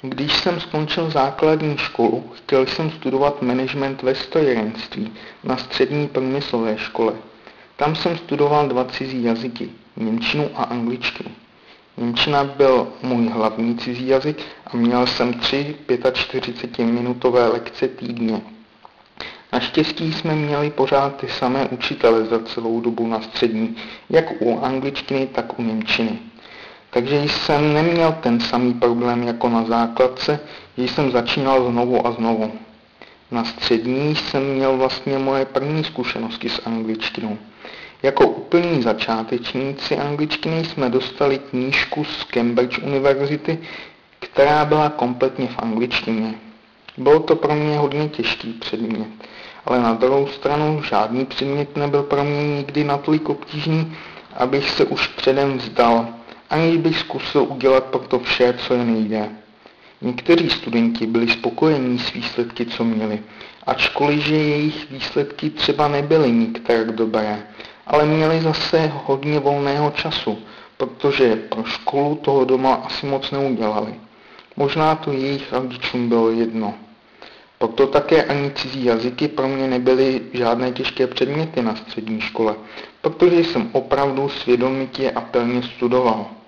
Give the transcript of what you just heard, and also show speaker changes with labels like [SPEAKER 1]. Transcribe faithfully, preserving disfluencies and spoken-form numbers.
[SPEAKER 1] Když jsem skončil základní školu, chtěl jsem studovat management ve strojírenství na střední průmyslové škole. Tam jsem studoval dva cizí jazyky, němčinu a angličtinu. Němčina byl můj hlavní cizí jazyk a měl jsem tři čtyřicetiminutové lekce týdně. Naštěstí jsme měli pořád ty samé učitele za celou dobu na střední, jak u angličtiny, tak u němčiny. Takže jsem neměl ten samý problém jako na základce, že jsem začínal znovu a znovu. Na střední jsem měl vlastně moje první zkušenosti s angličtinou. Jako úplní začátečníci angličtiny jsme dostali knížku z Cambridge univerzity, která byla kompletně v angličtině. Bylo to pro mě hodně těžký předmět, ale na druhou stranu žádný předmět nebyl pro mě nikdy natolik obtížný, abych se už předem vzdal, aniž bych zkusil udělat pro to vše, co jen jde. Někteří studenti byli spokojení s výsledky, co měli, ačkoliv že jejich výsledky třeba nebyly nikterak dobré, ale měli zase hodně volného času, protože pro školu toho doma asi moc neudělali. Možná to jejich rodičům bylo jedno. Proto také ani cizí jazyky pro mě nebyly žádné těžké předměty na střední škole, protože jsem opravdu svědomitě a pilně studoval.